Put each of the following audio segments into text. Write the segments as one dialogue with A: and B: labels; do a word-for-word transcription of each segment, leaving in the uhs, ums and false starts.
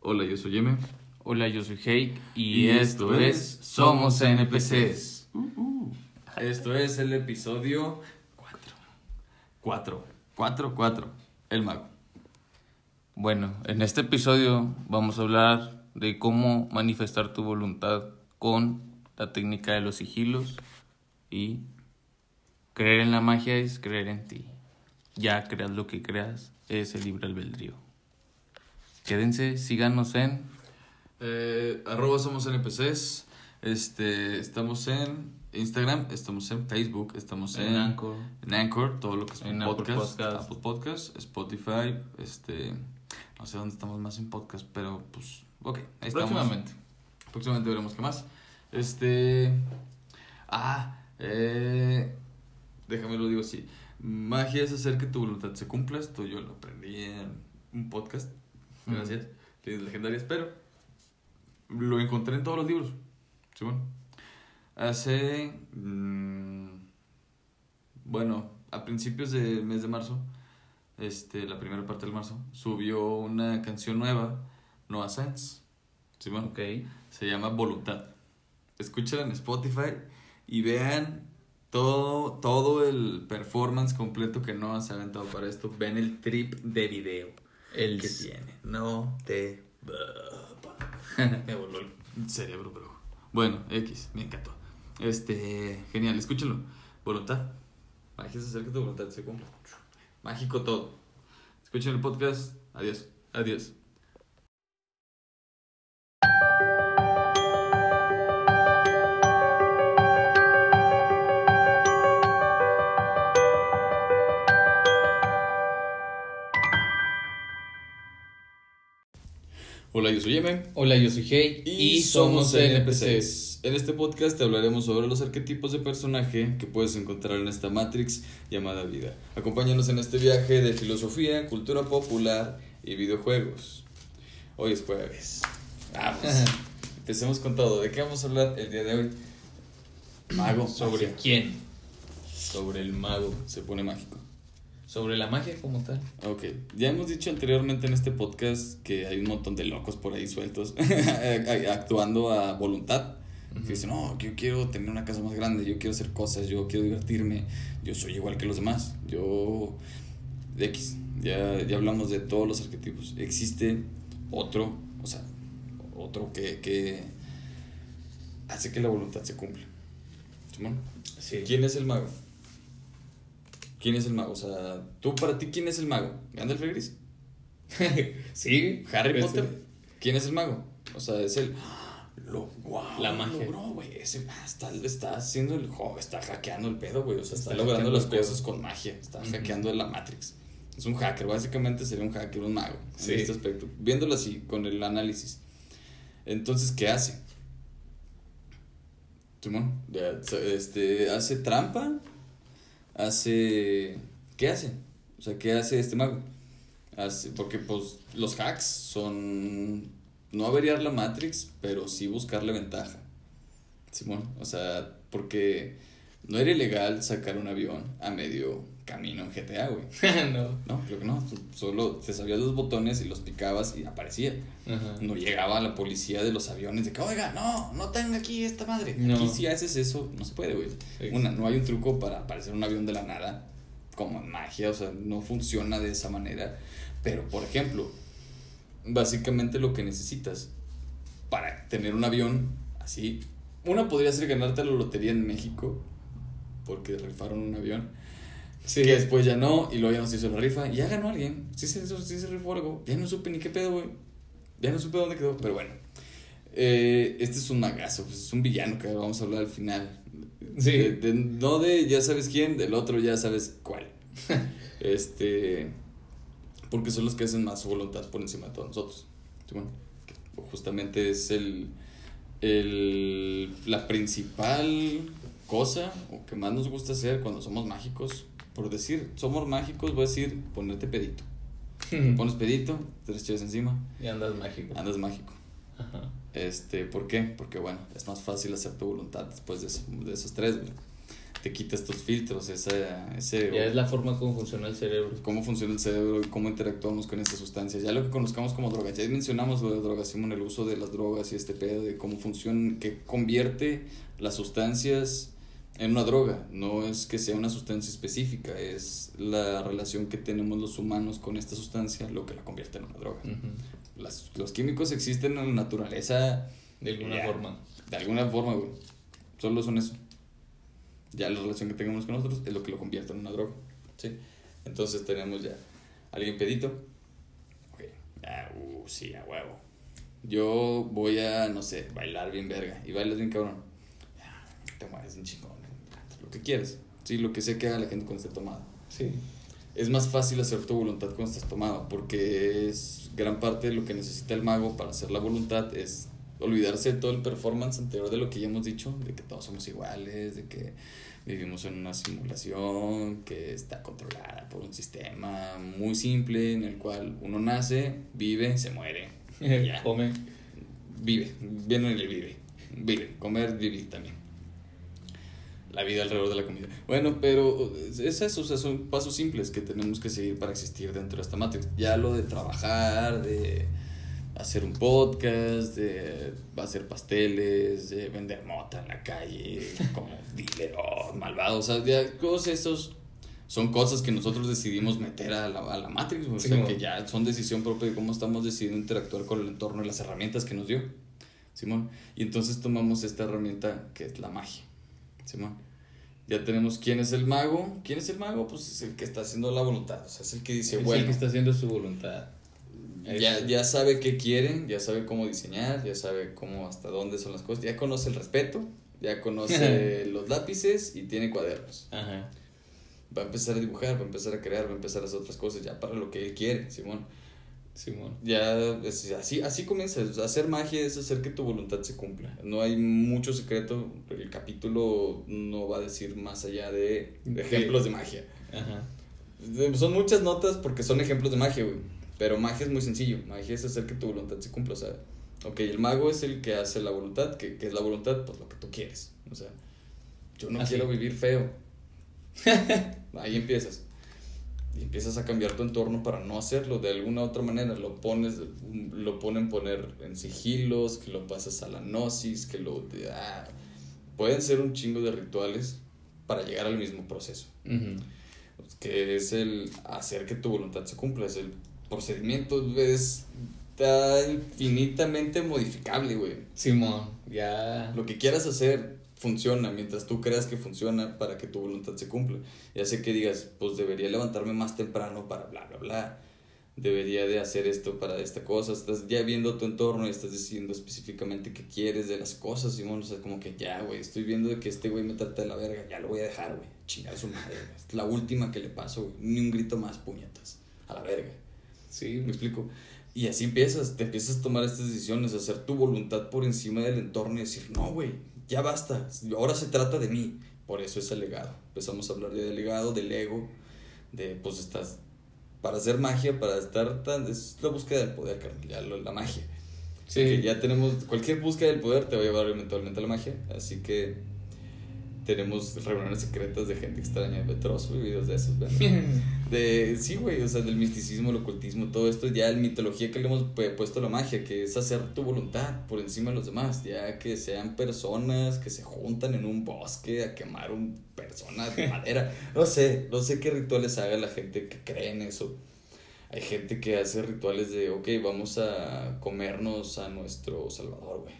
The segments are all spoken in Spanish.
A: Hola, yo soy Yeme.
B: Hola, yo soy Jake y,
A: Y
B: esto,
A: esto
B: es
A: es
B: Somos N P Cs.
A: Uh, uh. Esto es el episodio cuatro. cuatro. cuatro, cuatro. El mago.
B: Bueno, en este episodio vamos a hablar de cómo manifestar tu voluntad con la técnica de los sigilos y creer en la magia es creer en ti. Ya creas lo que creas, es el libre albedrío. Quédense, síganos en
A: Eh, arroba somos N P Cs. Este, estamos en Instagram, estamos en Facebook, estamos en,
B: En Anchor.
A: en Anchor, todo lo que es
B: En
A: podcast,
B: Apple Podcast.
A: Apple Podcast, Spotify, este, no sé dónde estamos más en podcast, pero pues, ok, ahí estamos.
B: próximamente.
A: Próximamente veremos qué más. Este, ah, eh, déjame lo digo así. Magia es hacer que tu voluntad se cumpla. Esto yo lo aprendí en un podcast. Gracias. Mm. Líneas legendarias, pero lo encontré en todos los libros. ¿Sí, bueno? Hace, mmm, bueno, a principios del mes de marzo, este, la primera parte del marzo, subió una canción nueva, Noah Sanz. ¿Sí, bueno?
B: Ok.
A: Se llama Voluntad. Escúchala en Spotify y vean todo, todo el performance completo que Noah se ha aventado para esto. Ven el trip de video
B: El
A: que tiene. No te...
B: Me voló el
A: cerebro, bro. Bueno, X, me encantó. Este, genial, escúchenlo. Voluntad. Magia es hacer que tu voluntad se cumpla. Mágico todo. Escuchen el podcast. Adiós. Adiós. Hola, yo soy Yeme.
B: Hola, yo soy Jake
A: Y, y somos N P Cs. En este podcast te hablaremos sobre los arquetipos de personaje que puedes encontrar en esta Matrix llamada vida. Acompáñanos en este viaje de filosofía, cultura popular y videojuegos. Hoy es jueves. Vamos. Empecemos con todo. ¿De qué vamos a hablar el día de hoy? Mago.
B: ¿Sobre
A: magia.
B: quién?
A: Sobre el mago. Se pone mágico.
B: Sobre la magia como tal.
A: Ok, ya hemos dicho anteriormente en este podcast que hay un montón de locos por ahí sueltos actuando a voluntad. Uh-huh. Que dicen, no, yo quiero tener una casa más grande, yo quiero hacer cosas, yo quiero divertirme, yo soy igual que los demás, yo... X, ya, ya hablamos de todos los arquetipos. Existe otro, o sea, otro que, que hace que la voluntad se cumpla. ¿Simón?
B: Sí.
A: ¿Quién es el mago? ¿Quién es el mago? O sea, tú para ti, ¿quién es el mago? ¿Gandalf el Gris?
B: Sí.
A: ¿Harry
B: ese.
A: Potter? ¿Quién es el mago? O sea, es el... Lo, wow,
B: la magia.
A: Bro, güey, ese está, está haciendo el... Oh, está hackeando el pedo, güey. O sea, está,
B: está
A: logrando las cosas
B: pedo.
A: con magia. Está uh-huh. hackeando la Matrix. Es un hacker, básicamente sería un hacker, un mago.
B: Sí.
A: En este aspecto. Viéndolo así, con el análisis. Entonces, ¿qué hace? Simón, este, hace trampa... Hace... ¿Qué hace? O sea, ¿qué hace este mago? Hace... Porque, pues, los hacks son... No averiar la Matrix, pero sí buscarle ventaja. Simón, o sea, porque no era ilegal sacar un avión a medio camino en G T A, güey.
B: No.
A: No, creo que no. Tú solo te sabías los botones y los picabas y aparecía.
B: Ajá.
A: No llegaba la policía de los aviones de que, oiga, no, no tenga aquí esta madre.
B: No.
A: Aquí si haces eso, no se puede, güey.
B: Sí.
A: Una, no hay un truco para aparecer un avión de la nada, como en magia, o sea, no funciona de esa manera. Pero, por ejemplo, básicamente lo que necesitas para tener un avión así, una podría ser ganarte la lotería en México, porque rifaron un avión. Sí. Que después ya no, y luego ya no se hizo la rifa, y ya ganó alguien. Sí se, sí se rifó algo, ya no supe ni qué pedo, güey. Ya no supe dónde quedó, pero bueno. Eh, este es un magazo, pues es un villano que vamos a hablar al final.
B: Sí.
A: De, de, no de ya sabes quién, del otro ya sabes cuál. Este. Porque son los que hacen más su voluntad por encima de todos nosotros. ¿Sí, bueno? Justamente es el, el. La principal cosa o que más nos gusta hacer cuando somos mágicos. Por decir, somos mágicos, voy a decir, ponerte pedito. Te pones pedito, tres chaves encima.
B: Y andas mágico.
A: Andas mágico.
B: Ajá.
A: Este, ¿por qué? Porque bueno, es más fácil hacer tu voluntad después de, eso, de esos tres, güey. te quita estos filtros, esa, ese...
B: Ya es la forma como funciona el cerebro.
A: Cómo funciona el cerebro y cómo interactuamos con estas sustancias. Ya lo que conozcamos como drogas, ya mencionamos lo de drogas, Simón, el uso de las drogas y este pedo de cómo funciona, que convierte las sustancias en una droga. No es que sea una sustancia específica, es la relación que tenemos los humanos con esta sustancia lo que la convierte en una droga. Uh-huh. Las, los químicos existen en la naturaleza
B: de alguna
A: ya,
B: forma.
A: De alguna forma, güey. Solo son eso. Ya la relación que tengamos con nosotros es lo que lo convierte en una droga, ¿sí? Entonces tenemos ya alguien pedito. Ok, ah, uh, sí, a huevo. Yo voy a, no sé, bailar bien verga. Y bailas bien cabrón. Te mueves un chingón, lo que quieras. Sí, lo que sea que haga la gente cuando esté tomada.
B: Sí.
A: Es más fácil hacer tu voluntad cuando estás tomado, porque es gran parte de lo que necesita el mago para hacer la voluntad es olvidarse de todo el performance anterior de lo que ya hemos dicho, de que todos somos iguales, de que vivimos en una simulación que está controlada por un sistema muy simple en el cual uno nace, vive, se muere, y ya.
B: Come.
A: Vive, viene el vive, vive, comer, vivir también. La vida alrededor de la comida. Bueno, pero es eso, o sea, son pasos simples que tenemos que seguir para existir dentro de esta Matrix. Ya lo de trabajar, de hacer un podcast, de hacer pasteles, de vender mota en la calle, como dileros, malvados, o sea, ya, todos esos son cosas que nosotros decidimos meter a la, a la Matrix, o sí, sea, que ya son decisión propia de cómo estamos decidiendo interactuar con el entorno y las herramientas que nos dio, Simón. Y entonces tomamos esta herramienta que es la magia, Simón. Ya tenemos quién es el mago. ¿Quién es el mago? Pues es el que está haciendo la voluntad, o sea, es el que dice,
B: es
A: bueno,
B: el que está haciendo su voluntad.
A: Ya, ya sabe qué quiere, ya sabe cómo diseñar, ya sabe cómo hasta dónde son las cosas, ya conoce el respeto, ya conoce los lápices y tiene cuadernos. Ajá. Va a empezar a dibujar, va a empezar a crear, va a empezar a hacer otras cosas ya para lo que él quiere, Simón.
B: Simón.
A: Ya es, así, así comienza. Hacer magia es hacer que tu voluntad se cumpla. No hay mucho secreto. El capítulo no va a decir más allá de, de ejemplos de magia. Ajá. Son muchas notas porque son ejemplos de magia, güey. Pero magia es muy sencillo. Magia es hacer que tu voluntad se cumpla. O sea, ok, el mago es el que hace la voluntad. ¿Qué, qué es la voluntad? Pues lo que tú quieres. O sea, yo no ¿Así? quiero vivir feo. Ahí empiezas. Y empiezas a cambiar tu entorno para no hacerlo de alguna otra manera. Lo pones, lo ponen poner en sigilos, que lo pasas a la gnosis, que lo... Ah, pueden ser un chingo de rituales para llegar al mismo proceso. Uh-huh. Que es el hacer que tu voluntad se cumpla. Es el procedimiento, es está infinitamente modificable, güey.
B: Simón, ya...
A: Lo que quieras hacer funciona mientras tú creas que funciona para que tu voluntad se cumpla. Ya sé que digas, pues debería levantarme más temprano para bla, bla, bla. Debería de hacer esto para esta cosa. Estás ya viendo tu entorno y estás diciendo específicamente qué quieres de las cosas, Simón. O sea, como que ya, güey, estoy viendo de que este güey me trata de la verga. Ya lo voy a dejar, güey. Chingar a su madre, güey. Es la última que le paso, güey. Ni un grito más, puñetas. A la verga. Sí, me explico. Y así empiezas, te empiezas a tomar estas decisiones, a hacer tu voluntad por encima del entorno y decir, no, güey, ya basta, ahora se trata de mí. Por eso es el legado. Empezamos a hablar de legado, del ego, de, pues, estás, para hacer magia, para estar tan, es la búsqueda del poder, carnal, ya lo, la magia. Sí. Que ya tenemos, cualquier búsqueda del poder te va a llevar eventualmente a la magia, así que tenemos reuniones secretas de gente extraña, de Trozo y videos de esos, ¿verdad? De, sí, güey, o sea, del misticismo, el ocultismo, todo esto, ya la mitología que le hemos puesto a la magia, que es hacer tu voluntad por encima de los demás, ya que sean personas que se juntan en un bosque a quemar un persona de madera, no sé, no sé qué rituales haga la gente que cree en eso. Hay gente que hace rituales de, ok, vamos a comernos a nuestro salvador, güey,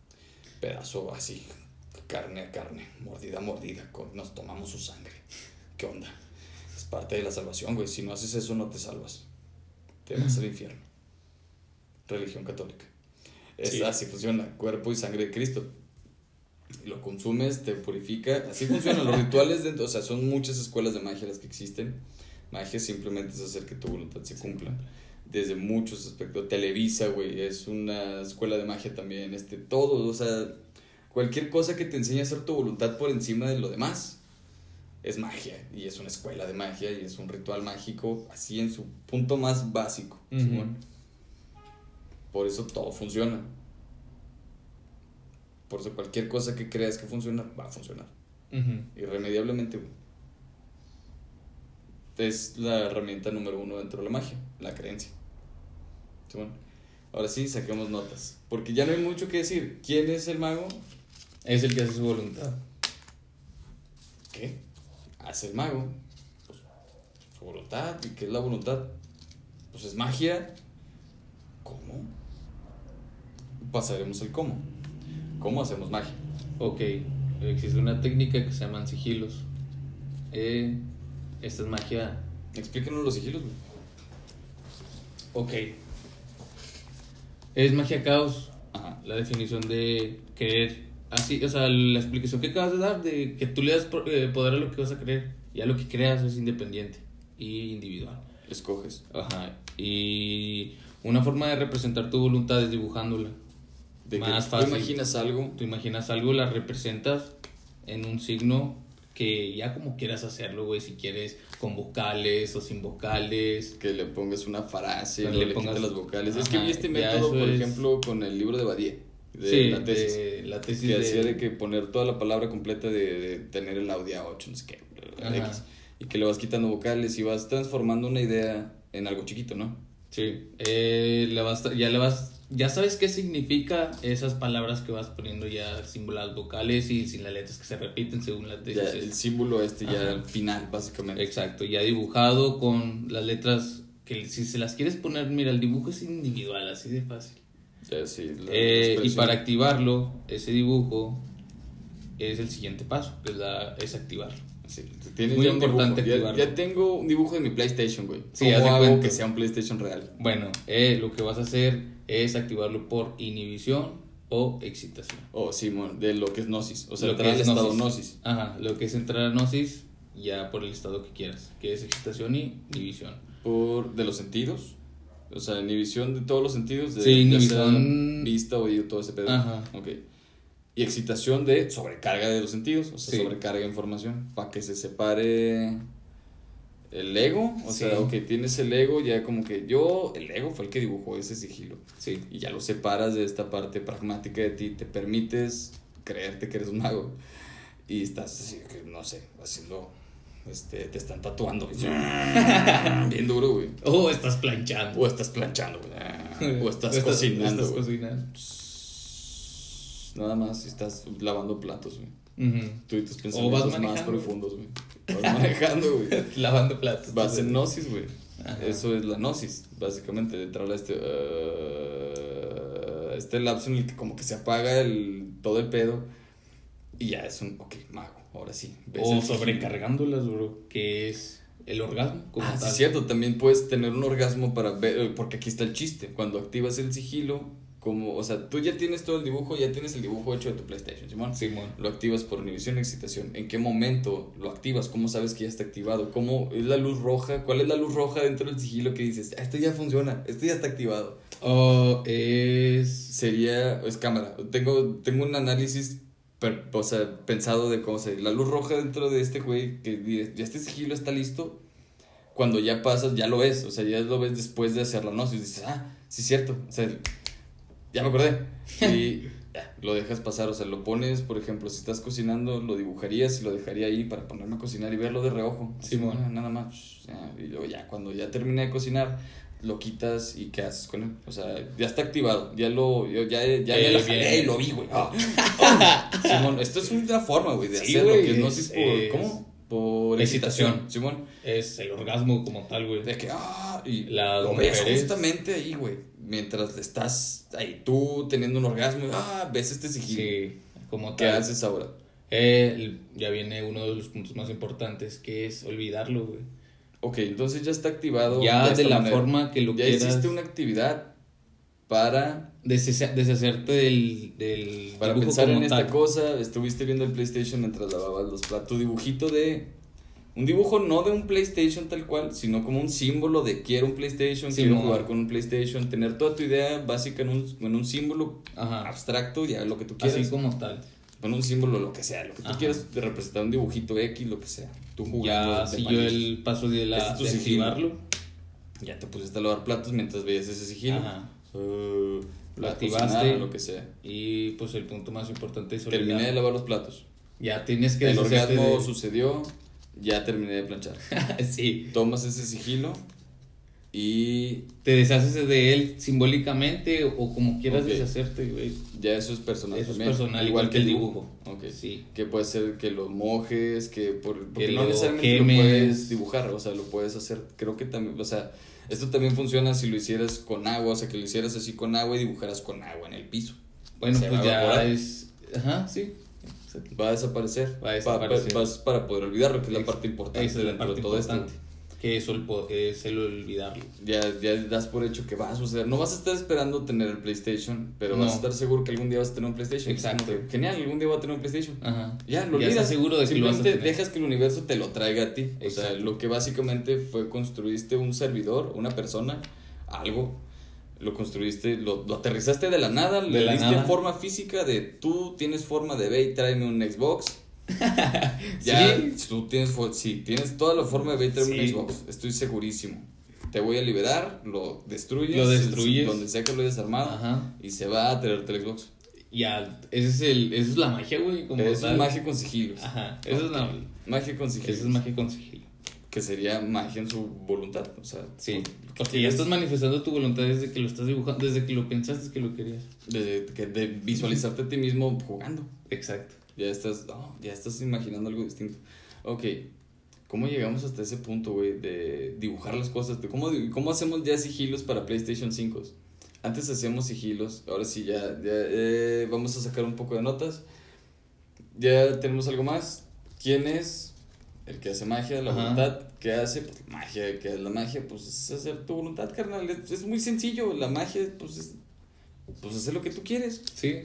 A: pedazo así, carne a carne, mordida a mordida, nos tomamos su sangre. ¿Qué onda? Es parte de la salvación, güey. Si no haces eso, no te salvas. Te vas al infierno. Religión católica. Es, sí. Así funciona. Cuerpo y sangre de Cristo. Lo consumes, te purifica. Así funcionan los rituales. Dentro, o sea, son muchas escuelas de magia las que existen. Magia simplemente es hacer que tu voluntad se cumpla. Desde muchos aspectos. Televisa, güey, es una escuela de magia también. Este, todo, o sea... Cualquier cosa que te enseñe a hacer tu voluntad por encima de lo demás es magia. Y es una escuela de magia y es un ritual mágico así en su punto más básico. Uh-huh. ¿Sí? Bueno, por eso todo funciona. Por eso cualquier cosa que creas que funciona, va a funcionar.
B: Uh-huh.
A: Irremediablemente, güey. Es la herramienta número uno dentro de la magia, la creencia. ¿Sí, bueno? Ahora sí, saquemos notas. Porque ya no hay mucho que decir. ¿Quién es el mago?
B: Es el que hace su voluntad.
A: ¿Qué? Hace el mago. Pues, su voluntad. ¿Y qué es la voluntad? Pues es magia. ¿Cómo? Pasaremos el cómo. ¿Cómo hacemos magia?
B: Ok, existe una técnica que se llaman sigilos. Eh, esta es magia.
A: Explícanos los sigilos, güey.
B: Ok. Es magia caos.
A: Ajá.
B: La definición de creer. Así, o sea, la explicación que acabas de dar de que tú le das eh, poder a lo que vas a creer. Ya lo que creas es independiente y individual.
A: Escoges.
B: Ajá. Y una forma de representar tu voluntad es dibujándola.
A: De
B: Más
A: que
B: fácil.
A: Tú imaginas algo.
B: Tú imaginas algo, la representas en un signo que ya como quieras hacerlo, güey. Si quieres con vocales o sin vocales.
A: Que le pongas una frase,
B: Que
A: le,
B: le
A: le
B: pongas-
A: quites las vocales.
B: Ajá,
A: Es que vi este
B: ya
A: método,
B: eso
A: por
B: es-
A: ejemplo, con el libro de Badía. De
B: Sí,
A: la tesis.
B: de la tesis
A: Que
B: de...
A: hacía de que poner toda la palabra completa de, de tener el audio a ocho, no sé qué.
B: Ajá.
A: X. Y que le vas quitando vocales y vas transformando una idea en algo chiquito, ¿no?
B: Sí, eh, le vas, ya le vas... Ya sabes qué significa esas palabras que vas poniendo ya sin las vocales y sin las letras que se repiten según las
A: Ya,
B: tesis.
A: el símbolo este ya
B: Ajá.
A: al final, básicamente.
B: Exacto, ya dibujado con las letras que si se las quieres poner, mira, el dibujo es individual, así de fácil.
A: Ya, sí, la- la
B: Eh, y
A: expresión.
B: para activarlo, ese dibujo es el siguiente paso, que es, la, es activarlo.
A: Sí, tienes
B: Muy
A: ya un
B: importante
A: dibujo. Ya,
B: activarlo.
A: ya tengo un dibujo de mi PlayStation, güey.
B: Sí,
A: ¿Cómo
B: haz de
A: hago
B: cuenta.
A: que sea un PlayStation real?
B: Bueno, eh, lo que vas a hacer es activarlo por inhibición o excitación.
A: Oh, sí, mon, de lo que es gnosis. O sea,
B: Lo
A: entrar al
B: que es
A: estado
B: gnosis.
A: gnosis.
B: Ajá, lo que es entrar a gnosis, ya por el estado que quieras, que es excitación y inhibición.
A: Por, de los sentidos. O sea, inhibición de todos los sentidos. De,
B: Sí,
A: ya sea
B: inhibición-
A: vista, oído, todo ese pedo.
B: Ajá.
A: Ok. Y excitación de sobrecarga de los sentidos. O sea,
B: Sí.
A: sobrecarga de información. Para que se separe el ego. O
B: Sí.
A: sea, ok, tienes el ego, ya como que yo, el ego fue el que dibujó ese sigilo.
B: Sí.
A: Y ya lo separas de esta parte pragmática de ti. Te permites creerte que eres un mago. Y estás así, que no sé, haciendo. Este, te están tatuando. Bien duro, güey.
B: O estás planchando.
A: O estás planchando, güey. O estás,
B: Estás-
A: cocinando,
B: estás
A: güey.
B: cocinando.
A: Nada más estás lavando platos, güey.
B: Ujú.
A: Tú y tus
B: O vas
A: pensamientos más
B: manejando.
A: profundos, güey. Vas manejando, güey.
B: Lavando platos.
A: Vas en gnosis, güey.
B: Ajá.
A: Eso es la gnosis, básicamente. Entrar a este. uh, este lapso en el que como que se apaga el, todo el pedo. Y ya es un. Ok, mago, ahora sí. ves
B: O
A: el sigilo.
B: sobrecargándolas, bro, que es el orgasmo como
A: Ah, sí,
B: tal.
A: es cierto, también puedes tener un orgasmo para ver, porque aquí está el chiste, cuando activas el sigilo, como, o sea, tú ya tienes todo el dibujo, ya tienes el dibujo hecho de tu PlayStation, Simón.
B: Simón.
A: Lo activas por inhibición y excitación. ¿En qué momento lo activas? ¿Cómo sabes que ya está activado? ¿Cómo es la luz roja? ¿Cuál es la luz roja dentro del sigilo que dices, ah, esto ya funciona, esto ya está activado?
B: O es...
A: Sería, es cámara, tengo, tengo un análisis, per- o sea, pensado de cómo se, la luz roja dentro de este güey, que dice, ya este sigilo está listo. Cuando ya pasas, ya lo ves, o sea, ya lo ves después de hacer la gnosis, dices, ah, sí es cierto, o sea, ya me acordé, y ya, lo dejas pasar, o sea, lo pones, por ejemplo, si estás cocinando, lo dibujarías y lo dejaría ahí para ponerme a cocinar y verlo de reojo, así,
B: Simón.
A: ah, nada más, ya, y luego ya, cuando ya terminé de cocinar, lo quitas y ¿qué haces con él? O sea, ya está activado, ya lo, yo ya, ya
B: Eh,
A: me la
B: bien.
A: jalé y lo vi, güey, ah, ah. Simón, esto es una forma, güey, de
B: Sí,
A: hacerlo,
B: güey,
A: que gnosis por,
B: es-
A: ¿cómo? Por
B: excitación.
A: excitación, Simón.
B: Es el orgasmo como tal, güey.
A: De que, ah, y
B: Las
A: lo ves
B: mujeres.
A: justamente ahí, güey. Mientras estás ahí tú teniendo un orgasmo, ah, ves este sigilo.
B: Sí, como
A: ¿Qué
B: tal.
A: haces ahora?
B: Eh, el- ya viene uno de los puntos más importantes, que es olvidarlo, güey.
A: Ok, entonces ya está activado.
B: Ya de
A: esta
B: la
A: manera.
B: forma que lo
A: Ya
B: quieras.
A: hiciste una actividad para,
B: Deshace- deshacerte del, del
A: para
B: dibujo
A: pensar en
B: como
A: esta
B: tal.
A: cosa. Estuviste viendo el PlayStation mientras lavabas los platos. Tu dibujito de. Un dibujo no de un PlayStation tal cual, sino como un símbolo de quiero un PlayStation,
B: Sí,
A: quiero
B: mo.
A: jugar con un PlayStation. Tener toda tu idea básica en un, en un símbolo
B: Ajá.
A: abstracto, ya lo que tú quieras.
B: Así como tal.
A: Con un símbolo, lo que sea, lo que tú
B: Ajá.
A: quieras de representar un dibujito X, lo que sea. Tú jugando
B: Ya
A: de
B: siguió
A: palillos.
B: el paso de, la,
A: Este es tu
B: de
A: sigilo.
B: activarlo.
A: Ya te pusiste a lavar platos mientras veías ese sigilo.
B: Ajá.
A: Uh,
B: Lo
A: a
B: activaste.
A: cocinar, lo que sea.
B: Y pues el punto más importante es
A: Terminé de
B: olvidarlo.
A: lavar los platos.
B: Ya tienes que
A: El
B: deshacerte
A: orgasmo
B: de...
A: sucedió, ya terminé de planchar.
B: Sí.
A: Tomas ese sigilo y
B: Te deshaces de él simbólicamente o como quieras
A: Ok.
B: deshacerte, güey.
A: ya eso es personal
B: Eso es
A: también.
B: personal,
A: igual que el
B: el
A: dibujo.
B: dibujo.
A: Ok.
B: Sí.
A: Que puede ser que lo mojes, que por, porque
B: Que
A: no
B: lo
A: necesariamente
B: quemes.
A: lo puedes dibujar, o sea, lo puedes hacer, creo que también, o sea, esto también funciona si lo hicieras con agua, o sea, que lo hicieras así con agua y dibujaras con agua en el piso.
B: Bueno,
A: Se
B: pues
A: va a
B: ya
A: evaporar.
B: es... Ajá, sí.
A: Va a desaparecer.
B: Va a desaparecer.
A: Pa- vas para poder olvidarlo, que es la
B: Ex-
A: parte importante
B: Esa es la
A: dentro
B: parte
A: de todo
B: importante.
A: esto.
B: Que eso el po- es el olvidarlo.
A: Ya, ya das por hecho que va a suceder. No vas a estar esperando tener el PlayStation, pero vas
B: No.
A: a estar seguro que algún día vas a tener un PlayStation. Es
B: Exacto.
A: como que, genial, algún día va a tener un PlayStation.
B: Ajá.
A: Ya, lo
B: Ya
A: olvidas.
B: estás seguro de que lo vas a
A: Simplemente
B: tener.
A: dejas que el universo te lo traiga a ti. O sea,
B: Exacto.
A: lo que básicamente fue construiste un servidor, una persona, algo. Lo construiste, lo, lo aterrizaste de la nada,
B: De
A: le
B: la
A: diste
B: nada.
A: forma física de tú tienes forma de ve y tráeme un Xbox. Ya,
B: Sí.
A: tú tienes, fo- sí, tienes toda la forma de ve y tráeme un
B: Sí.
A: Xbox. Estoy segurísimo. Te voy a liberar, lo destruyes,
B: Lo destruyes.
A: donde sea que lo hayas armado,
B: Ajá.
A: y se va a traerte el Xbox.
B: Ya, ese es el, esa es la magia, güey. Como
A: Eso
B: tal.
A: es magia con sigilos.
B: Ajá, esa es la,
A: Magia con sigilos.
B: esa es magia con sigilo.
A: Que sería magia en su voluntad. O sea,
B: Sí,
A: pues,
B: porque ya estás manifestando tu voluntad desde que lo estás dibujando, desde que lo pensaste que lo querías.
A: de, que- de visualizarte a ti mismo jugando.
B: Exacto.
A: Ya estás, no, ya estás imaginando algo distinto. Ok, ¿cómo llegamos hasta ese punto, güey? De dibujar las cosas. De cómo, ¿Cómo hacemos ya sigilos para PlayStation cinco? Antes hacíamos sigilos, ahora sí ya, ya eh, vamos a sacar un poco de notas. Ya tenemos algo más. ¿Quién es el que hace magia? La
B: Ajá.
A: voluntad. ¿Qué hace? Pues magia. ¿Qué es la magia? Pues es hacer tu voluntad, carnal. Es, es muy sencillo. La magia, pues es pues hacer lo que tú quieres.
B: Sí.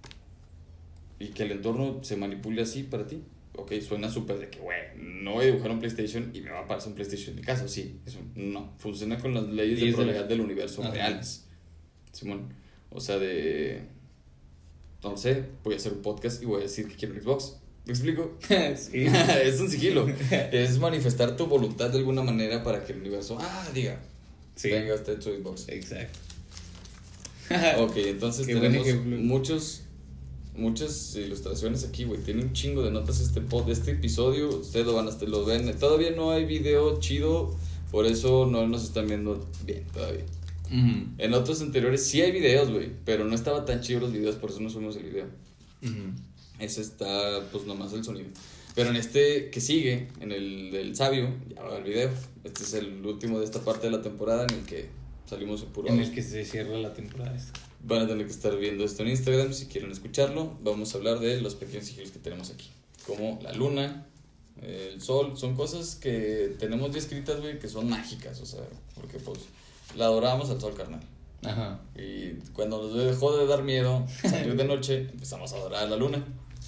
A: Y que el entorno se manipule así para ti. Ok, suena súper de que, güey, no voy a dibujar un PlayStation y me va a aparecer un PlayStation en mi casa. Sí, eso no. Funciona con las leyes de
B: Leyes de la-
A: probabilidad del universo
B: Ajá.
A: reales. Simón. O sea, de. No sé, voy a hacer un podcast y voy a decir que quiero un Xbox. ¿Me explico?
B: Sí.
A: Es un sigilo. Es manifestar tu voluntad de alguna manera para que el universo, ah, diga,
B: Sí.
A: venga, está hecho Xbox.
B: Exacto.
A: Ok, entonces
B: Qué buen
A: tenemos
B: ejemplo.
A: muchos, muchas ilustraciones aquí, güey. Tiene un chingo de notas este pod, este episodio. Ustedes lo van a lo ven. Todavía no hay video chido, por eso no nos están viendo bien todavía.
B: Ujú.
A: En otros anteriores sí hay videos, güey, pero no estaba tan chido los videos, por eso no subimos el video.
B: Ujú.
A: Ese está, pues nomás el sonido. Pero en este que sigue, en el del sabio, ya va el video. Este es el último de esta parte de la temporada en el que salimos en puro
B: En
A: audio.
B: el que se cierra la temporada esta.
A: Van a tener que estar viendo esto en Instagram si quieren escucharlo. Vamos a hablar de los pequeños sigilos que tenemos aquí. Como la luna, el sol, son cosas que tenemos ya escritas, güey, que son mágicas, o sea, porque pues la adorábamos al sol, carnal.
B: Ajá.
A: Y cuando nos dejó de dar miedo salir de noche, empezamos a adorar a la luna.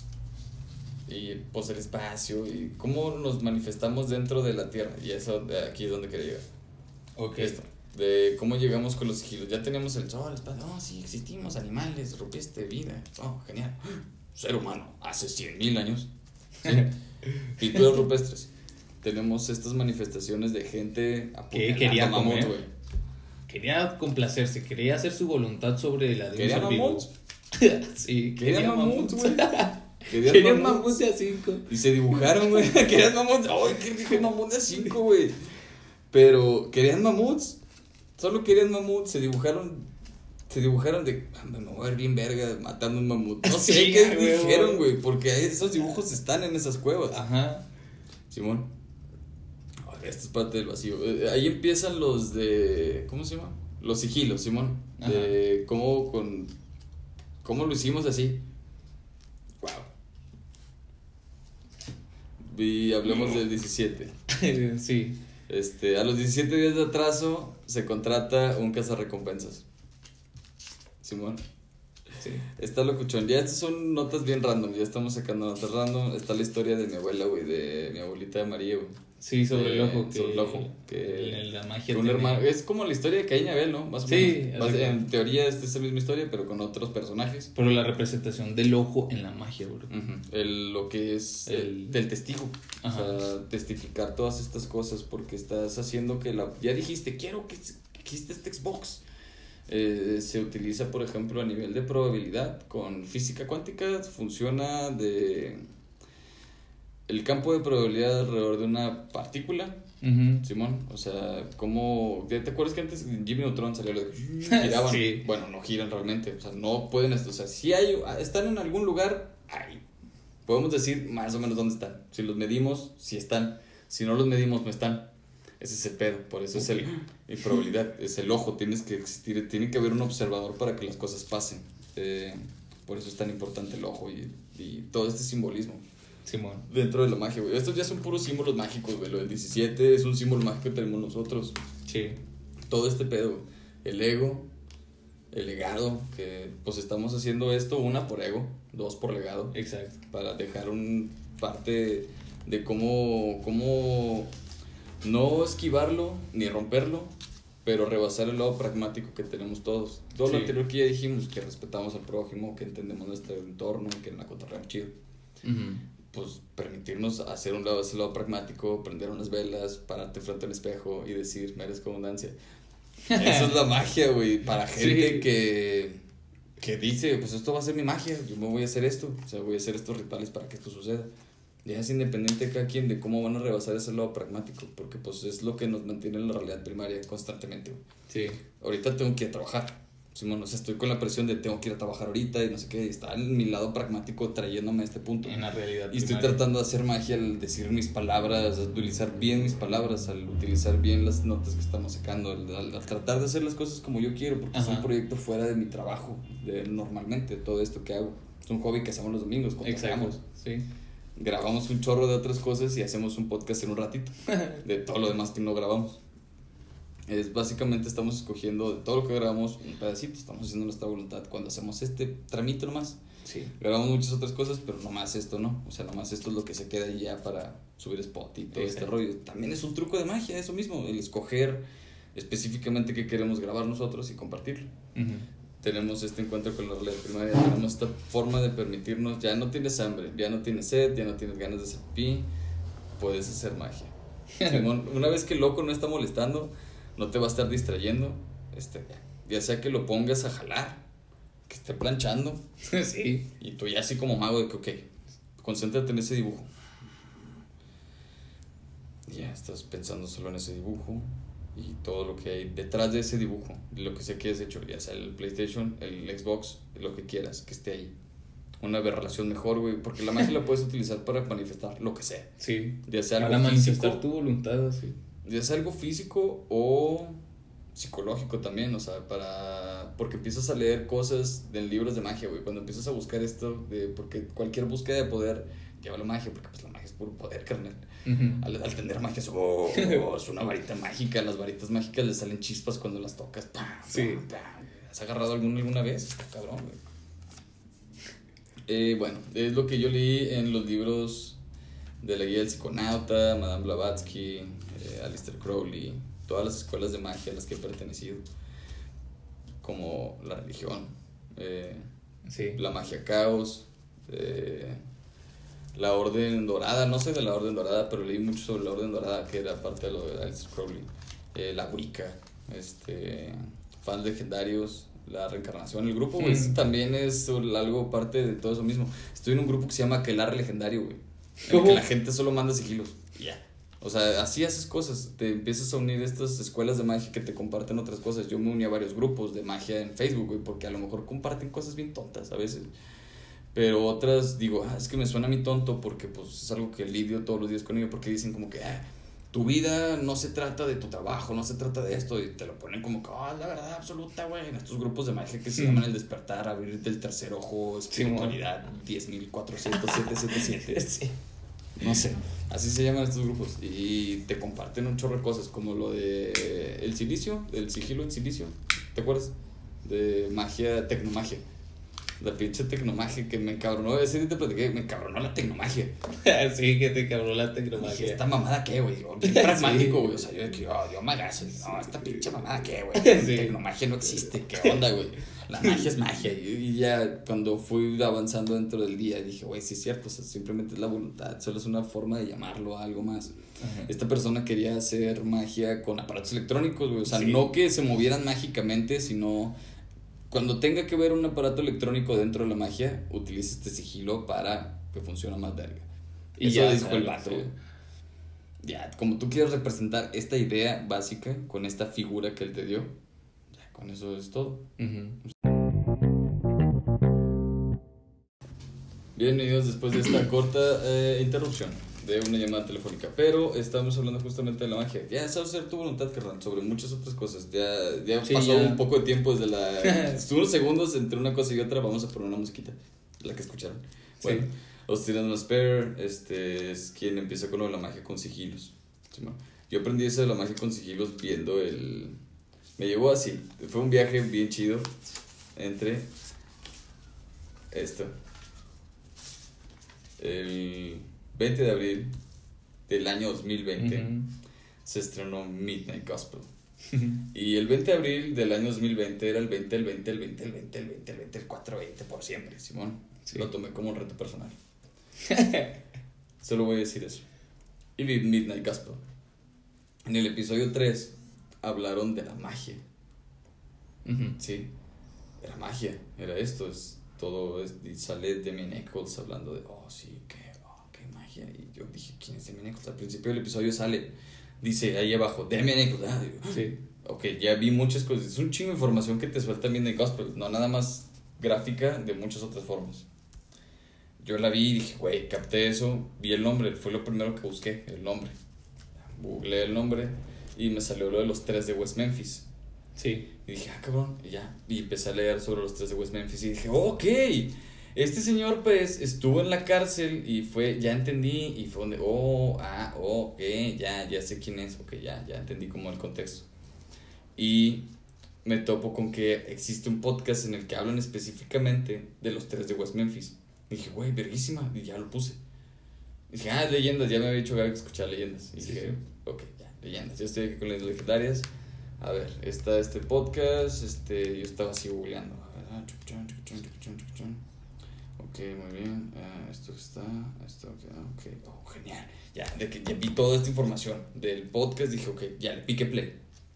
A: Y pues el espacio y cómo nos manifestamos dentro de la Tierra. Y eso de aquí es donde quería llegar.
B: Ok.
A: Esto, de cómo llegamos con los sigilos. Ya teníamos el sol, el espacio. Oh, sí, existimos, animales, rompiste vida. Oh, genial. Ser humano, hace cien mil años. Sí. Pinturas rupestres. Tenemos estas manifestaciones de gente
B: Que quería
A: apuñalando mamut,
B: comer.
A: güey.
B: Quería complacerse, quería hacer su voluntad sobre la de un
A: Quería
B: ser vivo.
A: mamuts.
B: Sí,
A: Querían mamuts, güey. Querían
B: Querían
A: mamuts.
B: mamuts de a cinco.
A: Y se dibujaron, güey. Querían mamuts. Ay, qué rico mamut de cinco, güey. Pero querían mamuts. Solo querían mamuts. Se dibujaron. Se dibujaron de. "Ah, me voy a ver bien verga matando un mamut". No sé
B: Sí,
A: qué
B: güey,
A: dijeron,
B: güey.
A: güey. Porque esos dibujos están en esas cuevas.
B: Ajá.
A: Simón. Ay, esto es parte del vacío. Eh, Ahí empiezan los de. ¿Cómo se llama? Los sigilos, Simón. De cómo con. ¿Cómo lo hicimos así? Wow. Y hablemos del diecisiete.
B: Sí.
A: Este, a los diecisiete días de atraso se contrata un cazarrecompensas. Simón.
B: Sí.
A: Está locuchón. Ya estas son notas bien random. Ya estamos sacando notas random. Está la historia de mi abuela, güey. De mi abuelita de María, güey.
B: Sí, sobre el
A: Eh,
B: ojo. Que,
A: sobre el ojo, que-
B: en la magia.
A: Que un
B: tiene-
A: hermano, es como la historia de Caín y Abel, ¿no? Más o
B: Sí,
A: menos. Más-
B: así
A: en
B: como-
A: teoría esta es la misma historia, pero con otros personajes.
B: Pero la representación del ojo en la magia, bro.
A: Ujú. El, lo que es el,
B: El-
A: del testigo.
B: Ajá.
A: O sea, testificar todas estas cosas porque estás haciendo que la... Ya dijiste, quiero que existe este Xbox. Eh, se utiliza, por ejemplo, a nivel de probabilidad. Con física cuántica funciona de... el campo de probabilidad alrededor de una partícula, uh-huh. Simón, o sea, como, ¿te acuerdas que antes Jimmy Neutron salía lo de giraban? Sí. Bueno, no giran realmente, o sea, no pueden, o sea, si hay, están en algún lugar, ahí, podemos decir más o menos dónde están, si los medimos, si están, si no los medimos, no están, ese es el pedo, por eso es el, la probabilidad, es el ojo, tienes que existir, tiene que haber un observador para que las cosas pasen, eh, por eso es tan importante el ojo y, y todo este simbolismo.
B: Simón.
A: Dentro de la magia, güey. Estos ya son puros símbolos mágicos, güey. Lo del diecisiete es un símbolo mágico que tenemos nosotros.
B: Sí.
A: Todo este pedo, güey. El ego, el legado, que pues estamos haciendo esto, una por ego, dos por legado.
B: Exacto.
A: Para dejar un parte de cómo, cómo no esquivarlo ni romperlo, pero rebasar el lado pragmático que tenemos todos. Todo sí. Lo anterior que ya dijimos, que respetamos al prójimo, que entendemos nuestro entorno, que en la cotorreamos chido. Uh-huh. Pues permitirnos hacer un lado, ese lado pragmático, prender unas velas, pararte frente al espejo y decir, merezco abundancia. Eso es la magia, güey, para gente sí. que, que dice, pues esto va a ser mi magia, yo me voy a hacer esto, o sea, voy a hacer estos rituales para que esto suceda. Ya es independiente cada quien de cómo van a rebasar ese lado pragmático, porque pues es lo que nos mantiene en la realidad primaria constantemente, güey.
B: Sí.
A: Ahorita tengo que ir a trabajar. Simón, o sea, estoy con la presión de tengo que ir a trabajar ahorita y no sé qué, y está en mi lado pragmático trayéndome a este punto.
B: En la realidad.
A: Y estoy tratando de hacer magia al decir mis palabras, al utilizar bien mis palabras, al utilizar bien las notas que estamos sacando, al, al, al tratar de hacer las cosas como yo quiero, porque Ajá. es un proyecto fuera de mi trabajo, de normalmente, todo esto que hago. Es un hobby que hacemos los domingos, cuando grabamos.
B: Sí.
A: Grabamos un chorro de otras cosas y hacemos un podcast en un ratito, de todo lo demás que no grabamos. Es básicamente estamos escogiendo de todo lo que grabamos un pedacito, estamos haciendo nuestra voluntad cuando hacemos este tramito nomás.
B: Sí.
A: Grabamos muchas otras cosas, pero nomás esto no, o sea, nomás esto es lo que se queda ya para subir spot y todo Exacto. Este rollo. También es un truco de magia, eso mismo, el escoger específicamente qué queremos grabar nosotros y compartirlo. Uh-huh. Tenemos este encuentro con la realidad primaria, tenemos esta forma de permitirnos, ya no tienes hambre, ya no tienes sed, ya no tienes ganas de hacer pipí, puedes hacer magia. Simón, una vez que el loco no está molestando, no te va a estar distrayendo, este, ya sea que lo pongas a jalar, que esté planchando,
B: sí.
A: Y tú ya así como mago de que, ok, concéntrate en ese dibujo. Y ya estás pensando solo en ese dibujo y todo lo que hay detrás de ese dibujo, lo que sea que hayas hecho, ya sea el PlayStation, el Xbox, lo que quieras, que esté ahí. Una relación mejor, güey, porque la magia la puedes utilizar para manifestar lo que sea.
B: Sí.
A: Ya sea algo
B: para
A: físico,
B: manifestar tu voluntad, sí.
A: Ya sea algo físico o psicológico también, o sea, para... Porque empiezas a leer cosas de libros de magia, güey, cuando empiezas a buscar esto, de porque cualquier búsqueda de poder lleva la magia, porque pues la magia es puro poder, carnal. Uh-huh. Al, al tener magia es, oh, oh, es una varita mágica, las varitas mágicas le salen chispas cuando las tocas. ¡Pam!
B: Sí.
A: ¡Pam! ¡Pam! ¿Has agarrado alguna alguna vez? Cabrón, güey. Eh, bueno, es lo que yo leí en los libros de la guía del psiconauta, Madame Blavatsky, eh, Aleister Crowley, todas las escuelas de magia a las que he pertenecido, como la religión, eh,
B: sí.
A: la magia caos, eh, la orden dorada, no sé de la orden dorada, pero leí mucho sobre la orden dorada, que era parte de lo de Aleister Crowley, eh, la Wicca, este, fans legendarios, la reencarnación. El grupo, güey, sí. También es algo parte de todo eso mismo. Estoy en un grupo que se llama Aquelarre Legendario, güey, en el que la gente solo manda sigilos y ya. O sea, así haces cosas, te empiezas a unir a estas escuelas de magia que te comparten otras cosas. Yo me uní a varios grupos de magia en Facebook, güey, porque a lo mejor comparten cosas bien tontas a veces. Pero otras digo, ah, es que me suena a mí tonto porque pues es algo que lidio todos los días con ellos, porque dicen como que, ah, tu vida no se trata de tu trabajo, no se trata de esto, y te lo ponen como que, oh, es la verdad absoluta, güey, en estos grupos de magia que se mm. llaman El Despertar, Abrirte el Tercer Ojo, Espiritualidad, sí, diez mil cuatrocientos setenta y siete. Sí. No sé, así se llaman estos grupos y te comparten un chorro de cosas como lo de el silicio, el sigilo en silicio, ¿te acuerdas? De magia, tecnomagia, la pinche tecnomagia que me encabronó, ese día te platiqué, me encabronó la tecnomagia.
B: Sí, que te encabronó la tecnomagia.
A: Dije, ¿esta mamada qué, güey? Bien pragmático, güey, sí. O sea, yo dije, oh, yo magazo, no, esta pinche mamada qué, güey, sí. Tecnomagia no existe, ¿qué onda, güey? La magia es magia. Y ya cuando fui avanzando dentro del día dije, güey, sí es cierto, o sea, simplemente es la voluntad, solo es una forma de llamarlo a algo más. Uh-huh. Esta persona quería hacer magia con aparatos electrónicos, güey, o sea, sí. No que se movieran mágicamente, sino cuando tenga que ver un aparato electrónico dentro de la magia, utiliza este sigilo para que funcione más verga.
C: Y
A: Eso
C: ya
A: dijo
C: se
A: el
C: la
A: vato.
C: lanzó.
A: Ya, como tú quieres representar esta idea básica con esta figura que él te dio, ya, con eso es todo.
C: Ujú.
A: Bienvenidos después de esta corta eh, interrupción de una llamada telefónica. Pero estamos hablando justamente de la magia. Ya sabes hacer tu voluntad, carnal, sobre muchas otras cosas. Ya, ya
C: Sí,
A: pasó
C: ya.
A: un poco de tiempo desde la... unos segundos entre una cosa y otra. Vamos a poner una musiquita, la que escucharon. Bueno,
C: Sí.
A: Austin Spare este, es quien empieza con lo de la magia con sigilos. Sí, ¿no? Yo aprendí eso de la magia con sigilos viendo el... Me llevó así. Fue un viaje bien chido entre esto. El veinte de abril del año dos mil veinte
C: Ujú.
A: se estrenó Midnight Gospel. Y el veinte de abril del año dos mil veinte era el veinte, el veinte, el veinte, el veinte, el veinte, el veinte, el cuatro veinte por siempre, Simón.
C: Sí.
A: Lo tomé como un reto personal. Solo voy a decir eso. Y vi Midnight Gospel. En el episodio tres hablaron de la magia.
C: Ujú.
A: Sí, era magia, era esto, es todo, es, y sale Demi Nichols hablando de, oh sí, qué, oh, qué magia, y yo dije, ¿quién es Demi Nichols? Al principio del episodio sale, dice ahí abajo, Demi Nichols, ah, digo,
C: Sí.
A: ok, ya vi muchas cosas, es un chingo de información que te suelta bien de Gospel, no nada más gráfica, de muchas otras formas. Yo la vi y dije, güey, capté eso, vi el nombre, fue lo primero que busqué, el nombre, googleé el nombre y me salió lo de los tres de West Memphis.
C: Sí.
A: Y dije, ah, cabrón, y ya. Y empecé a leer sobre los tres de West Memphis y dije, ok, este señor pues estuvo en la cárcel y fue, ya entendí, y fue donde, oh, ah, oh, ok, ya, ya sé quién es, ok, ya, ya entendí como el contexto. Y me topo con que existe un podcast en el que hablan específicamente de los tres de West Memphis. Y dije, güey, verguísima, y ya lo puse. Y dije, ah, leyendas, ya me había dicho Gaby que escuchaba leyendas. Y
C: Sí,
A: dije,
C: sí.
A: ok, ya, leyendas, yo estoy aquí con las legendarias. A ver, está este podcast, este, yo estaba así googleando. A ver, ah, chuc, chun, chuc, chun, chuc, chun, chuc, chun. Ok, muy bien, ah, esto está, esto, ok, oh, genial. Ya, de que ya vi toda esta información del podcast, dije, ok, ya le piqué play.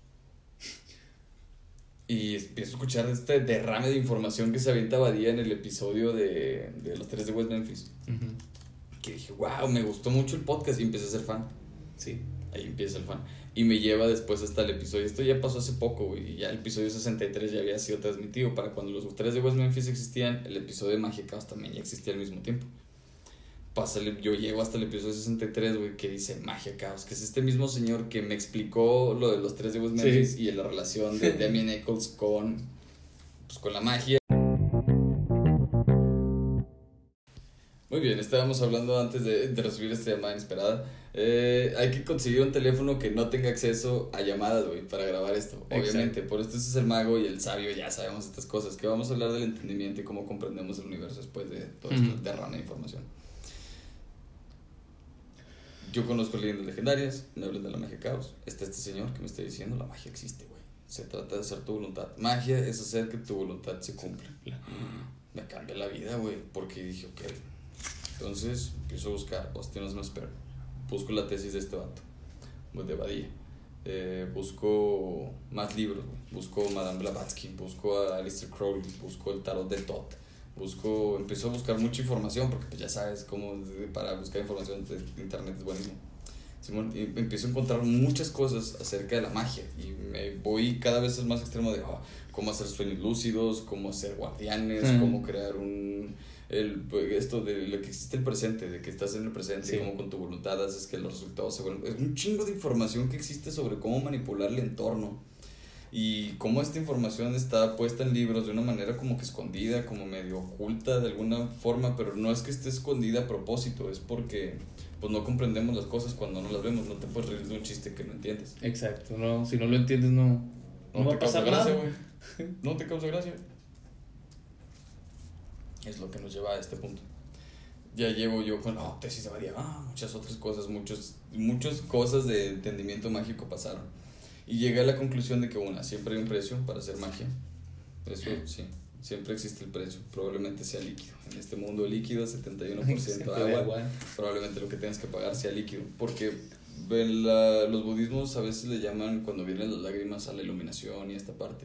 A: Y empiezo a escuchar este derrame de información que se avienta Badía en el episodio de, de los tres de West Memphis.
C: Ujú.
A: Que dije, wow, me gustó mucho el podcast y empecé a ser fan.
C: Sí.
A: Ahí empieza el fan. Y me lleva después hasta el episodio. Esto ya pasó hace poco, güey. Y ya el episodio sesenta y tres ya había sido transmitido. Para cuando los tres de West Memphis existían, el episodio de Magia Chaos también ya existía al mismo tiempo. Pasa el- yo llego hasta el episodio sesenta y tres, güey, que dice Magia Chaos. Que es este mismo señor que me explicó lo de los tres de West
C: Sí.
A: Memphis y la relación de Demi Nichols con, pues, con la magia. Muy bien, estábamos hablando antes de, de recibir esta llamada inesperada. Eh, hay que conseguir un teléfono que no tenga acceso a llamadas, güey, para grabar esto.
C: Exacto.
A: Obviamente, por esto este es el mago y el sabio, ya sabemos estas cosas. Que vamos a hablar del entendimiento y cómo comprendemos el universo después de todo este
C: Ujú.
A: derrame de información. Yo conozco leyendas legendarias, me hablan de la magia caos. Está este señor que me está diciendo, la magia existe, güey. Se trata de hacer tu voluntad. Magia es hacer que tu voluntad se cumpla. Me cambia la vida, güey, porque dije, ok. Entonces empiezo a buscar Austin Spare. Busco la tesis de este vato, pues, de Badía. Eh, busco más libros, güey. Busco Madame Blavatsky, busco a Aleister Crowley, busco el tarot de Thoth. Busco, empiezo a buscar mucha información porque pues ya sabes cómo para buscar información de internet es buenísimo. Simón, y empiezo a encontrar muchas cosas acerca de la magia y me voy cada vez al más extremo de oh, cómo hacer sueños lúcidos, cómo hacer guardianes,
C: Mm.
A: cómo crear un el esto de lo que existe el presente, de que estás en el presente,
C: Sí.
A: y cómo con tu voluntad haces que los resultados se vuelvan. Es un chingo de información que existe sobre cómo manipular el entorno y cómo esta información está puesta en libros de una manera como que escondida, como medio oculta de alguna forma, pero no es que esté escondida a propósito, es porque pues no comprendemos las cosas cuando no las vemos. No te puedes reír de un chiste que no entiendes.
C: Exacto. No, si no lo entiendes, no, no, va
A: te
C: a pasar
A: causa gracia,
C: nada.
A: güey. No te causa gracia. Es lo que nos lleva a este punto. Ya llevo yo con oh, tesis de Badía, ah, muchas otras cosas, muchos, muchas cosas de entendimiento mágico pasaron. Y llegué a la conclusión de que una, siempre hay un precio para hacer magia. Eso sí, siempre existe el precio. Probablemente sea líquido. En este mundo líquido, setenta y uno por ciento
C: Siempre de
A: agua.
C: agua.
A: Probablemente lo que tengas que pagar sea líquido. Porque en la, los budismos a veces le llaman, cuando vienen las lágrimas, a la iluminación y esta parte.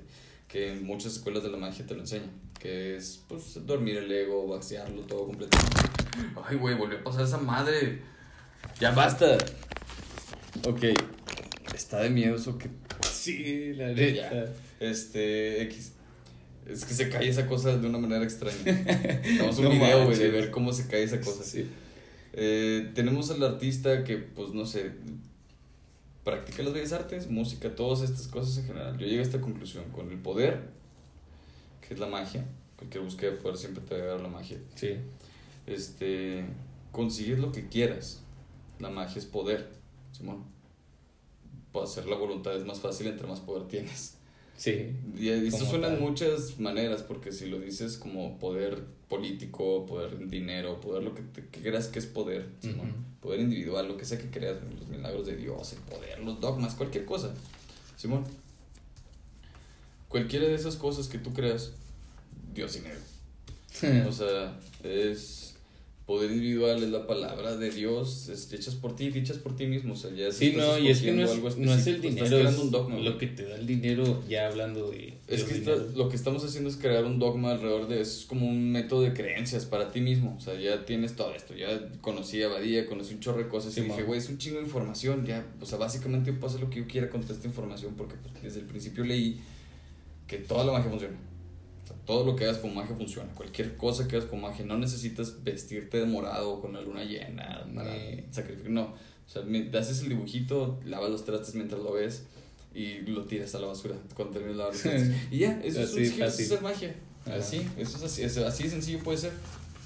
A: que en muchas escuelas de la magia te lo enseñan, que es, pues, dormir el ego, vaciarlo todo completamente. Ay, güey, volvió a pasar esa madre. Ya basta. Ok, está de miedo eso que...
C: Sí, la
A: Ya.
C: neta.
A: Este, X. Es que se cae esa cosa de una manera extraña. Tenemos un
C: No
A: video, güey, de
C: manches.
A: ver cómo se cae esa cosa.
C: Sí.
A: Eh, tenemos al artista que, pues, no sé, practica las bellas artes, música, todas estas cosas en general. Yo llegué a esta conclusión con el poder, que es la magia. Cualquier búsqueda de poder siempre te va a dar la magia.
C: Sí.
A: Este, consigues lo que quieras. La magia es poder, Simón. Para hacer la voluntad es más fácil entre más poder tienes.
C: Sí.
A: Y esto
C: Como
A: suena en
C: tal.
A: muchas maneras, porque si lo dices como poder político, poder en dinero, poder lo que, te, que creas que es poder, Simón.
C: Ujú.
A: Poder individual, lo que sea que creas, los milagros de Dios, el poder, los dogmas, cualquier cosa, Simón. Cualquiera de esas cosas que tú creas, Dios dinero. O sea, es poder individual, es la palabra de Dios, es hechas por ti, dichas por ti mismo. O sea, ya si
C: Sí,
A: estás
C: no, y es que no
A: escogiendo
C: es,
A: algo
C: no es el
A: específico, estás
C: dinero,
A: creando
C: es
A: un dogma,
C: lo
A: güey.
C: que te da el dinero, ya hablando de...
A: Es
C: de
A: que
C: dinero.
A: está- lo que estamos haciendo es crear un dogma alrededor de eso, es como un método de creencias para ti mismo. O sea, ya tienes todo esto, ya conocí a Badía, conocí un chorro de cosas
C: Sí,
A: y dije,
C: man.
A: güey, es un chingo de información, ya, o sea, básicamente yo puedo hacer lo que yo quiera con toda esta información porque pues, desde el principio leí que toda la magia funciona. O sea, todo lo que hagas con magia funciona, cualquier cosa que hagas con magia, no necesitas vestirte de morado con la luna llena para
C: Ni-
A: sacrificar, no. O sea, me- te haces el dibujito, lavas los trastes mientras lo ves y lo tiras a la basura cuando termines de lavar los trastes. Y ya, eso es,
C: Así,
A: un, sigilo, eso
C: fácil.
A: es hacer magia.
C: Ajá.
A: Así, eso es así, es, así de sencillo puede ser.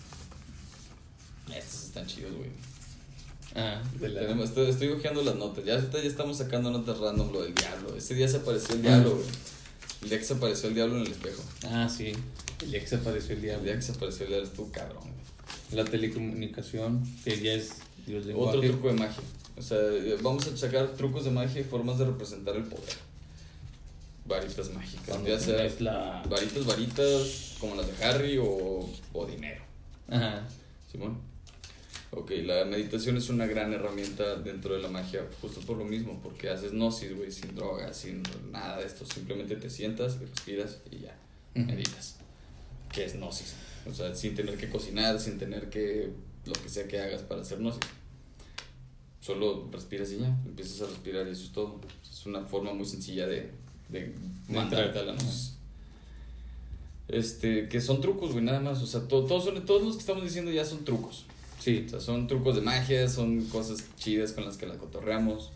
A: Estos están chidos, güey.
C: Ah, de la...
A: Tenemos- Estoy, estoy hojeando las notas. Ya ahorita ya estamos sacando notas random, lo del diablo. Ese día se apareció el diablo, güey. El día que se apareció el diablo en el espejo.
C: Ah, sí. El día que se apareció el
A: El
C: diablo.
A: día que se apareció el diablo estuvo cabrón, güey.
C: La telecomunicación, que ya es Dios lenguaje.
A: Otro truco de magia. O sea, vamos a sacar trucos de magia y formas de representar el poder. Varitas mágicas.
C: Cuando
A: Ya sea
C: tengas la...
A: varitas, varitas, como las de Harry o, o dinero.
C: Ajá.
A: Simón. Ok, la meditación es una gran herramienta dentro de la magia, justo por lo mismo, porque haces gnosis, güey, sin drogas, sin nada de esto. Simplemente te sientas y respiras y ya,
C: Ujú.
A: meditas. ¿Qué es gnosis? O sea, sin tener que cocinar, sin tener que lo que sea que hagas para hacer gnosis. Solo respiras y ya, empiezas a respirar y eso es todo. Es una forma muy sencilla de, de mandarte a la gnosis. Este, que son trucos, güey, nada más. O sea, to- todos, son, todos los que estamos diciendo ya son trucos.
C: Sí.
A: O sea, son trucos de magia, son cosas chidas con las que la cotorreamos.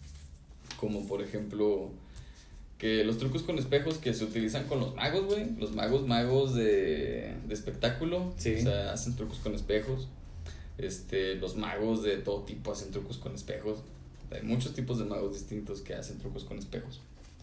A: Como por ejemplo, que los trucos con espejos que se utilizan con los magos, güey. Los magos, magos de, de espectáculo.
C: Sí.
A: O sea, hacen trucos con espejos. Este, los magos de todo tipo hacen trucos con espejos. Hay muchos tipos de magos distintos que hacen trucos con espejos.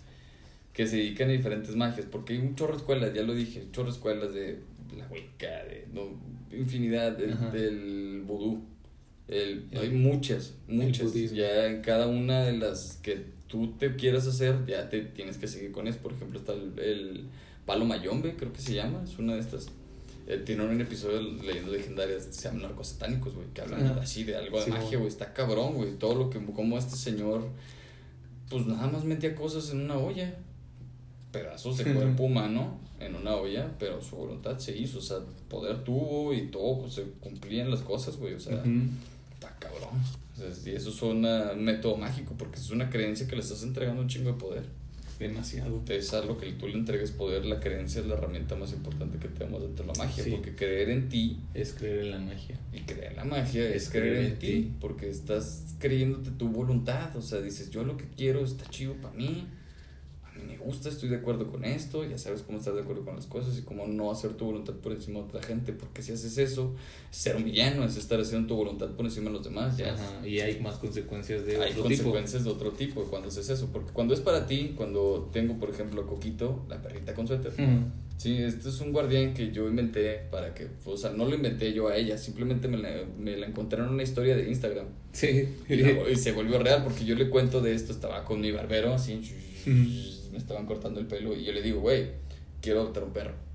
A: Que se dedican a diferentes magias. Porque hay un chorro de escuelas, ya lo dije, un chorro de escuelas de la Wicca, de no, infinidad, del,
C: Ajá.
A: del vudú. El,
C: El-
A: hay muchas, muchas.
C: budismo.
A: Ya en cada una de las que tú te quieras hacer, ya te tienes que seguir con eso. Por ejemplo, está el, el palo mayombe, creo que se llama, es una de estas. Eh, tiene un episodio de leyendas legendarias, se llaman narcosatánicos, güey, que hablan
C: Ajá.
A: así de algo de
C: Sí,
A: magia,
C: bueno.
A: güey. Está cabrón, güey. Todo lo que, como este señor, pues nada más metía cosas en una olla. Pedazos de cuerpo humano en una olla, pero su voluntad se hizo, o sea, poder tuvo y todo, pues se cumplían las cosas, güey, o sea,
C: Ujú.
A: está cabrón. O sea, y eso es un método mágico, porque es una creencia que le estás entregando un chingo de poder.
C: Demasiado.
A: Es algo que tú le entregues poder, la creencia es la herramienta más importante que tenemos dentro de la magia,
C: Sí.
A: porque creer en ti
C: Es creer en la magia.
A: y creer en la magia es, creer en ti, porque estás creyéndote tu voluntad, o sea, dices, yo lo que quiero está chido para mí, a mí me gusta, estoy de acuerdo con esto, ya sabes cómo estar de acuerdo con las cosas y cómo no hacer tu voluntad por encima de otra gente, porque si haces eso, ser un villano es estar haciendo tu voluntad por encima de los demás, ya
C: Ajá. Y hay más consecuencias de
A: hay
C: otro
A: consecuencias de otro tipo cuando haces eso, porque cuando es para ti, cuando tengo por ejemplo a Coquito, la perrita con suéter,
C: tipo. Ujú.
A: sí, este es un guardián que yo inventé para que, o sea, no lo inventé yo a ella, simplemente me la, me la encontré en una historia de Instagram
C: Sí.
A: y, la- y se volvió real porque yo le cuento de esto, estaba con mi barbero así,
C: Ujú.
A: me estaban cortando el pelo y yo le digo, güey, quiero adoptar un perro.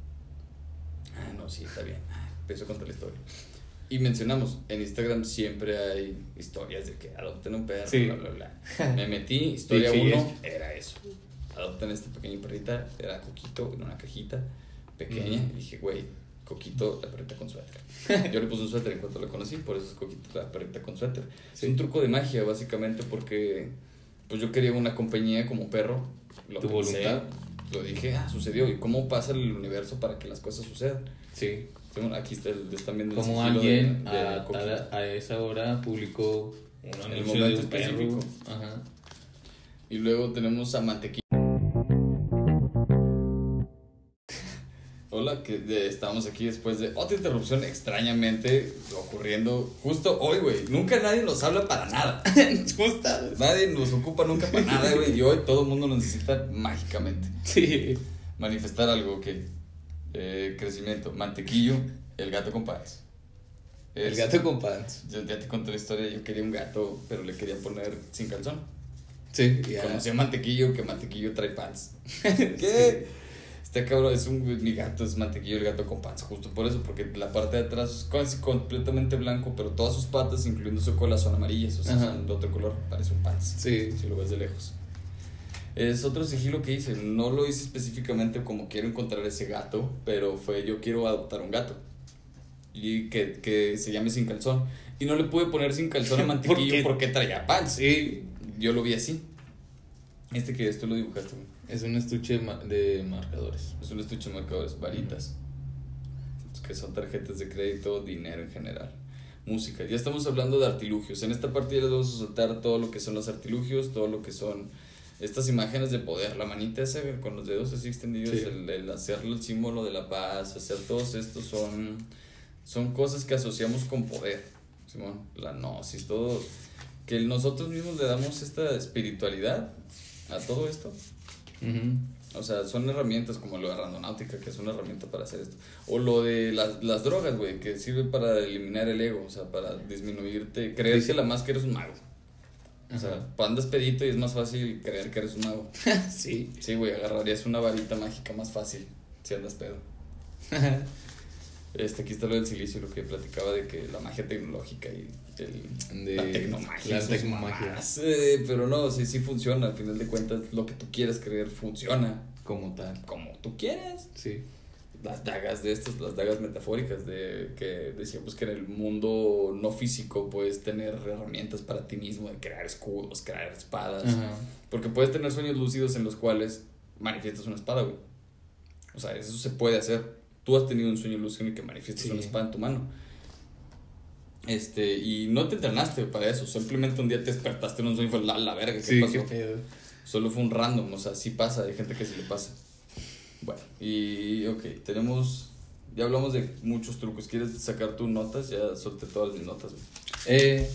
A: Ah, no, sí, está bien. Empiezo a contar la historia. Y mencionamos, en Instagram siempre hay historias de que adopten un perro,
C: Sí.
A: bla, bla, bla. Me metí, historia
C: Sí, sí,
A: uno era eso. adopten esta pequeña perrita. Era Coquito en una cajita pequeña.
B: Mm.
A: Y dije, güey, Coquito, la perrita con suéter. Yo le puse un suéter en cuanto la conocí, por eso es Coquito, la perrita con suéter.
B: Sí.
A: Es un truco de magia, básicamente, porque pues yo quería una compañía como perro. Lo
B: ¿Tu
A: pensé,
B: voluntad?
A: Lo dije, ah, sucedió. ¿Y cómo pasa el universo para que las cosas sucedan?
B: Sí.
A: Aquí está el, están viendo el
B: Como
A: sigilo
B: alguien
A: de, de
B: a,
A: Coquito.
B: a, a esa hora publicó un
A: el
B: anuncio
A: momento
B: de un perro.
A: específico.
B: Ajá.
A: Y luego tenemos a Mantequilla. Hola, que de- estamos aquí después de otra interrupción extrañamente ocurriendo justo hoy, güey. Nunca nadie nos habla para nada.
B: Justo.
A: Nadie nos ocupa nunca para nada, güey. Y hoy todo el mundo lo necesita mágicamente.
B: Sí.
A: Manifestar algo que eh, crecimiento. Mantequillo, el gato con pants.
B: El
A: Es-
B: gato con pants.
A: Yo ya te conté la historia. Yo quería un gato, pero le quería poner sin calzón.
B: Sí, ya.
A: Conocí a Mantequillo, que Mantequillo trae pants. ¿Qué? Este cabrón es un. Mi gato es Mantequillo, el gato con pants. Justo por eso, porque la parte de atrás es casi completamente blanco, pero todas sus patas, incluyendo su cola, son amarillas. O sea,
B: Ajá.
A: son de otro color. Parece un pants.
B: Sí.
A: Si lo ves de lejos. Es otro sigilo que hice. No lo hice específicamente como quiero encontrar ese gato, pero fue yo quiero adoptar un gato. Y que, que se llame Sin Calzón. Y no le pude poner Sin Calzón a Mantequillo
B: ¿Por qué?
A: porque traía pants.
B: Sí.
A: Yo lo vi así. Este que es, tú lo dibujaste, güey.
B: Es un estuche ma- de marcadores.
A: Es un estuche de marcadores, varitas. Que son tarjetas de crédito, dinero en general. Música. Ya estamos hablando de artilugios. En esta parte ya les vamos a soltar todo lo que son los artilugios, todo lo que son estas imágenes de poder. La manita esa con los dedos así extendidos,
B: Sí.
A: el, el hacerlo el símbolo de la paz, hacer todos estos son, son cosas que asociamos con poder. Simón, la gnosis, todo. Que nosotros mismos le damos esta espiritualidad a todo esto.
B: Ujú.
A: O sea, son herramientas como lo de randonáutica, que es una herramienta para hacer esto. O lo de las, las drogas, güey, que sirve para eliminar el ego, o sea, para disminuirte, creer que la más que eres un mago. O sea, andas pedito y es más fácil creer que eres un mago.
B: Sí.
A: Sí, güey, agarrarías una varita mágica más fácil si andas pedo. Este, aquí está lo del silicio, lo que platicaba de que la magia tecnológica y el,
B: De-
A: la tecnomagia.
B: la
A: sus
B: tecnomagia.
A: mamadas, eh, pero no, sí, sí funciona. Al final de cuentas, lo que tú quieras creer funciona
B: Como tal.
A: como tú quieras.
B: Sí.
A: Las dagas de estas, las dagas metafóricas, de que decíamos que en el mundo no físico puedes tener herramientas para ti mismo, de crear escudos, crear espadas.
B: Ajá.
A: Porque puedes tener sueños lúcidos en los cuales manifiestas una espada, güey. O sea, eso se puede hacer. Tú has tenido un sueño lúcido en el que manifiestas
B: Sí.
A: una espada en tu mano. Este, y no te entrenaste para eso. Simplemente un día te despertaste en un sueño y fue la, la verga, ¿qué
B: Sí,
A: pasó?
B: qué pedo.
A: Solo fue un random, o sea, sí pasa, hay gente que sí le pasa. Bueno, y ok, tenemos. Ya hablamos de muchos trucos. ¿Quieres sacar tus notas? Ya solté todas mis notas, güey.
B: Eh,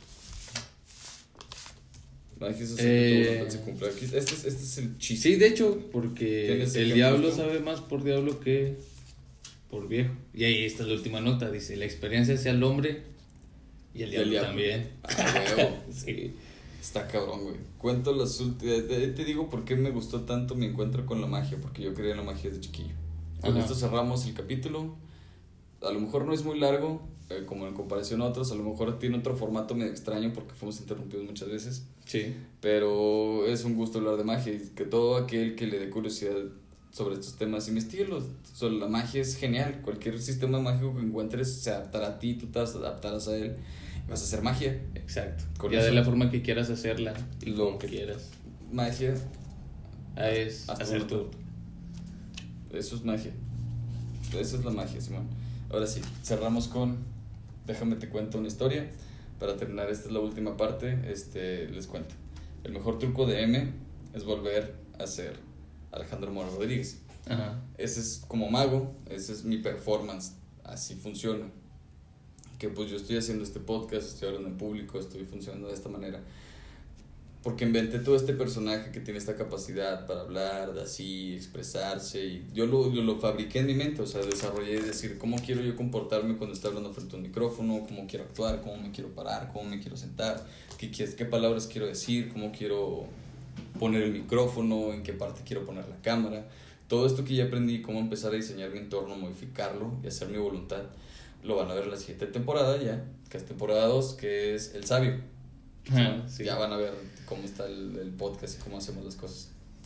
A: No dijiste
B: Eh.
A: que tu voluntad se cumpla. Aquí, este, es, este es el chiste.
B: sí, de hecho, porque
A: ¿Tienes
B: el
A: ejemplos
B: diablo
A: tú?
B: sabe más por diablo que por viejo. Y ahí está la última nota, dice, la experiencia hacia el hombre y el
A: Y el
B: diablo
A: diablo.
B: también.
A: Ah, huevo.
B: Sí.
A: Está cabrón, güey. Cuento las últimas. Te digo por qué me gustó tanto mi encuentro con la magia. Porque yo creía en la magia desde chiquillo. Con
B: Ajá.
A: esto cerramos el capítulo. A lo mejor no es muy largo, eh, como en comparación a otros. A lo mejor tiene otro formato medio extraño porque fuimos interrumpidos muchas veces.
B: Sí.
A: Pero es un gusto hablar de magia. Y que todo aquel que le dé curiosidad sobre estos temas, investíguelos. Sobre la magia es genial. Cualquier sistema mágico que encuentres se adaptará a ti. Tú te adaptarás a él. Y vas a hacer magia.
B: Exacto.
A: Con
B: ya
A: eso-
B: de la forma que quieras hacerla y
A: Lo
B: como
A: que-
B: quieras.
A: Magia.
B: Ah, es
A: Hasta
B: hacer
A: un
B: tú.
A: punto. Eso es magia. Eso es la magia, Simón. Ahora sí, cerramos con. Déjame te cuento una historia. Para terminar, esta es la última parte. Este, les cuento. El mejor truco de M es volver a ser Alejandro Mora Rodríguez.
B: Ajá.
A: Ese es como mago, ese es mi performance. Así funciona. Que pues yo estoy haciendo este podcast, estoy hablando en público, estoy funcionando de esta manera. Porque inventé todo este personaje que tiene esta capacidad para hablar, de así, expresarse. Y yo lo, yo lo fabriqué en mi mente, o sea, desarrollé y decir cómo quiero yo comportarme cuando estoy hablando frente a un micrófono, cómo quiero actuar, cómo me quiero parar, cómo me quiero sentar, qué, qué, qué palabras quiero decir, cómo quiero poner el micrófono, en qué parte quiero poner la cámara. Todo esto que ya aprendí, cómo empezar a diseñar mi entorno, modificarlo y hacer mi voluntad, lo van a ver en la siguiente temporada ya, que es temporada dos, que es El Sabio.
B: Ajá, sí.
A: Ya van a ver cómo está el, el podcast y cómo hacemos las cosas.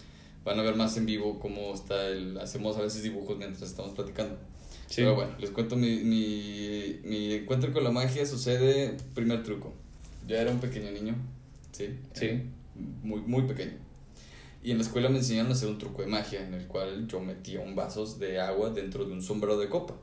A: van a ver más en vivo cómo está el... Hacemos a veces dibujos mientras estamos platicando.
B: Sí.
A: Pero bueno, les cuento mi, mi, mi encuentro con la magia. Sucede, primer truco. Yo era un pequeño niño, ¿sí?
B: Sí.
A: Eh, muy, muy pequeño. Y en la escuela me enseñaron a hacer un truco de magia en el cual yo metía un vaso de agua dentro de un sombrero de copa.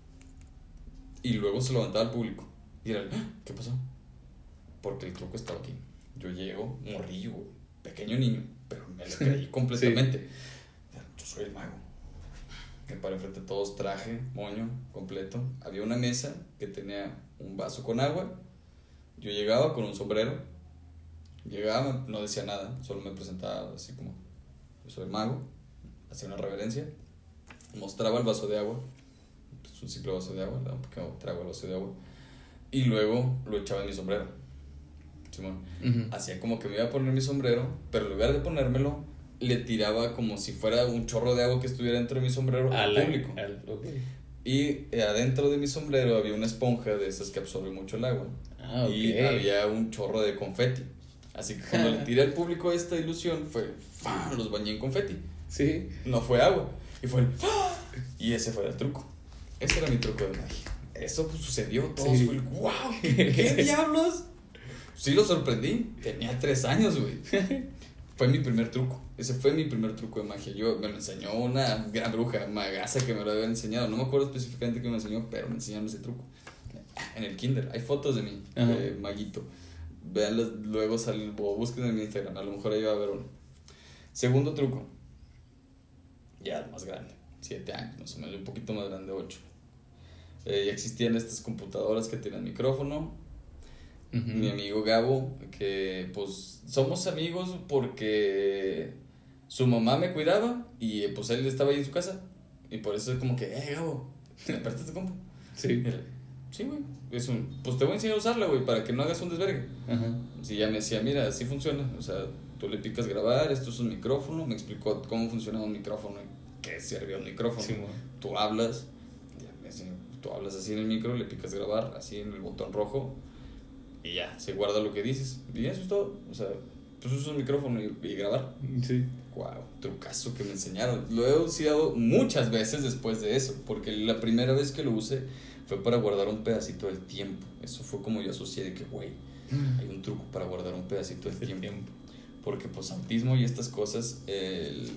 A: Y luego se lo levantaba al público. Y era el, "¿Ah? ¿Qué pasó?" Porque el truco estaba aquí. Yo llego, morrillo, güey, pequeño niño, pero me lo creí completamente. Sí. Yo soy el mago. Me paré enfrente de todos, traje, moño, completo. Había una mesa que tenía un vaso con agua. Yo llegaba con un sombrero. Llegaba, no decía nada, solo me presentaba así como, yo soy el mago. Hacía una reverencia. Mostraba el vaso de agua. Es un simple vaso de agua, le daba un pequeño trago al vaso de agua. Y luego lo echaba en mi sombrero. Simón. Uh-huh. Hacía como que me iba a poner mi sombrero, pero en lugar de ponérmelo, le tiraba como si fuera un chorro de agua que estuviera dentro de mi sombrero al, al público. Al, okay. Y eh, adentro de mi sombrero había una esponja de esas que absorbe mucho el agua. Ah, okay. Y había un chorro de confeti. Así que cuando le tiré al público esta ilusión, fue ¡fam! Los bañé en confeti.
B: Sí.
A: No fue agua. Y fue el ¡fam! Y ese fue el truco. Ese era mi truco de magia. Eso pues, sucedió. Todos sí. Fue el ¡wow! ¿Qué, qué diablos? Sí lo sorprendí. Tenía tres años, güey. Fue mi primer truco. Ese fue mi primer truco de magia. Yo, me lo enseñó una gran bruja, magasa, que me lo había enseñado. No me acuerdo específicamente qué me enseñó, pero me enseñaron ese truco. En el kinder. Hay fotos de mí, uh-huh. de maguito. Veanlas luego, sal, o busquen en mi Instagram. A lo mejor ahí va a haber uno. Segundo truco. Ya más grande. Siete años, más o menos. Un poquito más grande, ocho. Eh, ya existían estas computadoras que tienen micrófono. Uh-huh. Mi amigo Gabo, que pues somos amigos porque su mamá me cuidaba y pues él estaba ahí en su casa y por eso es como que, eh Gabo, ¿me prestas tu compu?
B: Sí.
A: Él, sí, güey, es un, pues te voy a enseñar a usarla, güey, para que no hagas un desvergue. Uh-huh. Si ya me decía, mira, así funciona, o sea, tú le picas grabar, esto es un micrófono, me explicó cómo funcionaba un micrófono y qué servía un micrófono. Sí, bueno. Tú hablas, ya me decía, tú hablas así en el micro, le picas grabar, así en el botón rojo. Y ya, se guarda lo que dices. Y eso es todo. O sea, pues usas un micrófono y, y grabar.
B: Sí.
A: Wow, trucazo que me enseñaron. Lo he usado muchas veces después de eso. Porque la primera vez que lo usé fue para guardar un pedacito del tiempo. Eso fue como yo asocié de que, güey, hay un truco para guardar un pedacito del tiempo. tiempo. Porque pues autismo y estas cosas, el...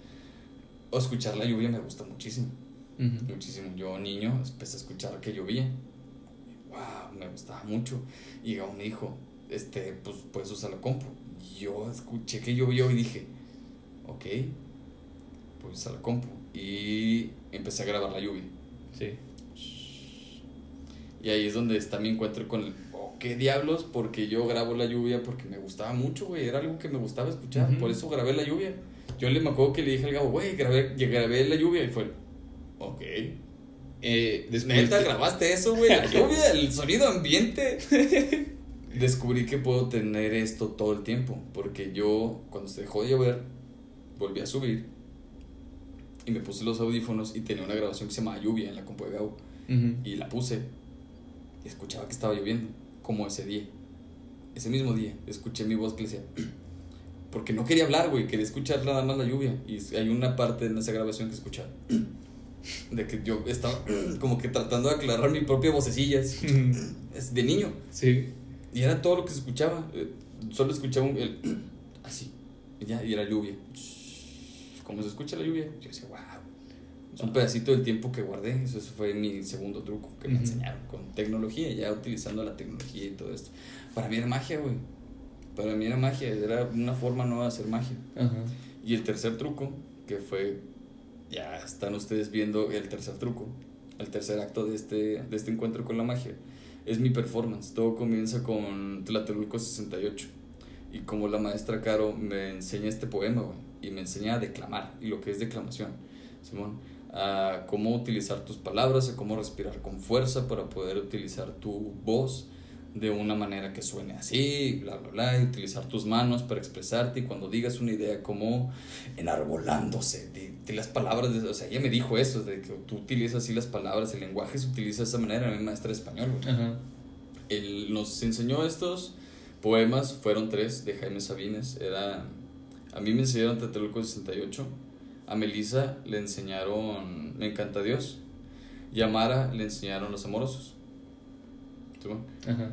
A: o escuchar la lluvia me gusta muchísimo. Uh-huh. Muchísimo. Yo, niño, empecé a escuchar que llovía. Wow, me gustaba mucho. Y Gabo me dijo, este, pues puedes usar la compu. Y yo escuché que llovió y dije, ok, puedes usar la compu. Y empecé a grabar la lluvia.
B: Sí.
A: Y ahí es donde está mi encuentro con el, oh, ¿qué diablos? Porque yo grabo la lluvia porque me gustaba mucho, güey. Era algo que me gustaba escuchar. Uh-huh. Por eso grabé la lluvia. Yo le me acuerdo que le dije al Gabo, güey, grabé, grabé la lluvia. Y fue, ok. Eh, ¿Neta grabaste eso, güey? La lluvia, el sonido ambiente. Descubrí que puedo tener esto todo el tiempo. Porque yo, cuando se dejó de llover, volví a subir y me puse los audífonos y tenía una grabación que se llamaba Lluvia en la compu de Gabo. Uh-huh. Y la puse y escuchaba que estaba lloviendo, como ese día. Ese mismo día escuché mi voz que le decía, porque no quería hablar, güey, quería escuchar nada más la lluvia. Y hay una parte en esa grabación que escuchaba de que yo estaba como que tratando de aclarar mi propia vocecilla. Es de niño.
B: Sí.
A: Y era todo lo que se escuchaba. Solo escuchaba un, el así. Y ya, y era lluvia. Como se escucha la lluvia, yo decía, wow. Es un pedacito del tiempo que guardé. Eso fue mi segundo truco que me uh-huh. enseñaron con tecnología, ya utilizando la tecnología y todo esto. Para mí era magia, güey. Para mí era magia. Era una forma nueva de hacer magia. Uh-huh. Y el tercer truco, que fue... Ya están ustedes viendo el tercer truco, el tercer acto de este, de este encuentro con la magia. Es mi performance. Todo comienza con Tlatelolco sesenta y ocho. Y como la maestra Caro me enseña este poema, güey, y me enseña a declamar, y lo que es declamación, Simón, a cómo utilizar tus palabras, a cómo respirar con fuerza para poder utilizar tu voz de una manera que suene así, bla, bla, bla, y utilizar tus manos para expresarte, y cuando digas una idea como enarbolándose, de, de las palabras, de, o sea, ella me dijo eso, de que tú utilizas así las palabras, el lenguaje se utiliza de esa manera, mi maestra de español, güey. Uh-huh. Él nos enseñó estos poemas, fueron tres, de Jaime Sabines, era A mí me enseñaron Tlatelolco sesenta y ocho. A Melissa le enseñaron Me encanta Dios. Y a Mara le enseñaron Los Amorosos. ¿Sí, bueno?
B: Ajá.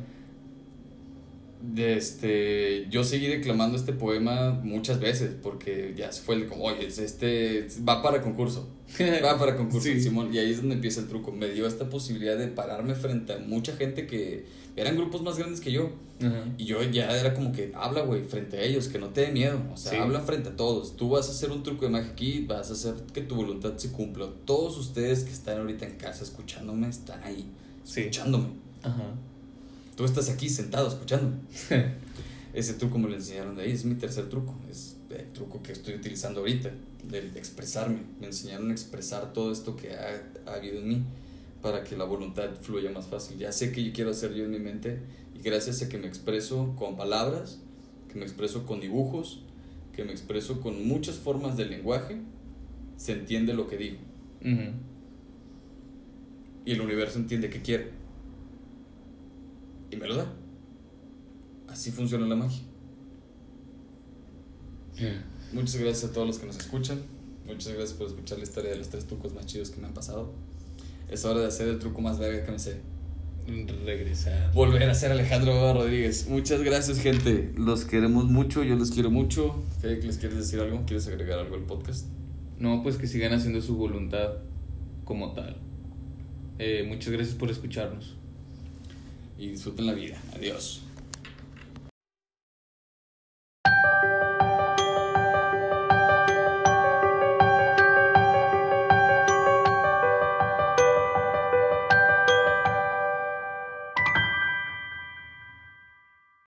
A: De este, yo seguí declamando este poema muchas veces porque ya fue el como, oye, este va para concurso, va para concurso,
B: Sí.
A: Simón, y ahí es donde empieza el truco. Me dio esta posibilidad de pararme frente a mucha gente que eran grupos más grandes que yo,
B: Ajá.
A: y yo ya era como que habla, güey, frente a ellos, que no te dé miedo, o sea,
B: Sí.
A: habla frente a todos. Tú vas a hacer un truco de magia aquí, vas a hacer que tu voluntad se cumpla. Todos ustedes que están ahorita en casa escuchándome están ahí,
B: Sí.
A: escuchándome.
B: Ajá.
A: Tú estás aquí sentado escuchándome. Ese truco me lo enseñaron de ahí, es mi tercer truco, es el truco que estoy utilizando ahorita, del de expresarme. Me enseñaron a expresar todo esto que ha, ha habido en mí para que la voluntad fluya más fácil. Ya sé que yo quiero hacer yo en mi mente y gracias a que me expreso con palabras, que me expreso con dibujos, que me expreso con muchas formas de lenguaje, se entiende lo que digo
B: Ujú.
A: y el universo entiende qué quiero y me lo da. Así funciona la magia. Muchas gracias a todos los que nos escuchan. Muchas gracias por escuchar la historia de los tres trucos más chidos que me han pasado. Es hora de hacer el truco más verga que me sé.
B: Regresar.
A: Volver a ser Alejandro Rodríguez. Muchas gracias, gente. Los queremos mucho, yo los quiero mucho. Fede, ¿les quieres decir algo? ¿Quieres agregar algo al podcast?
B: No, pues que sigan haciendo su voluntad como tal. Eh, muchas gracias por escucharnos.
A: Y disfruten la vida. Adiós.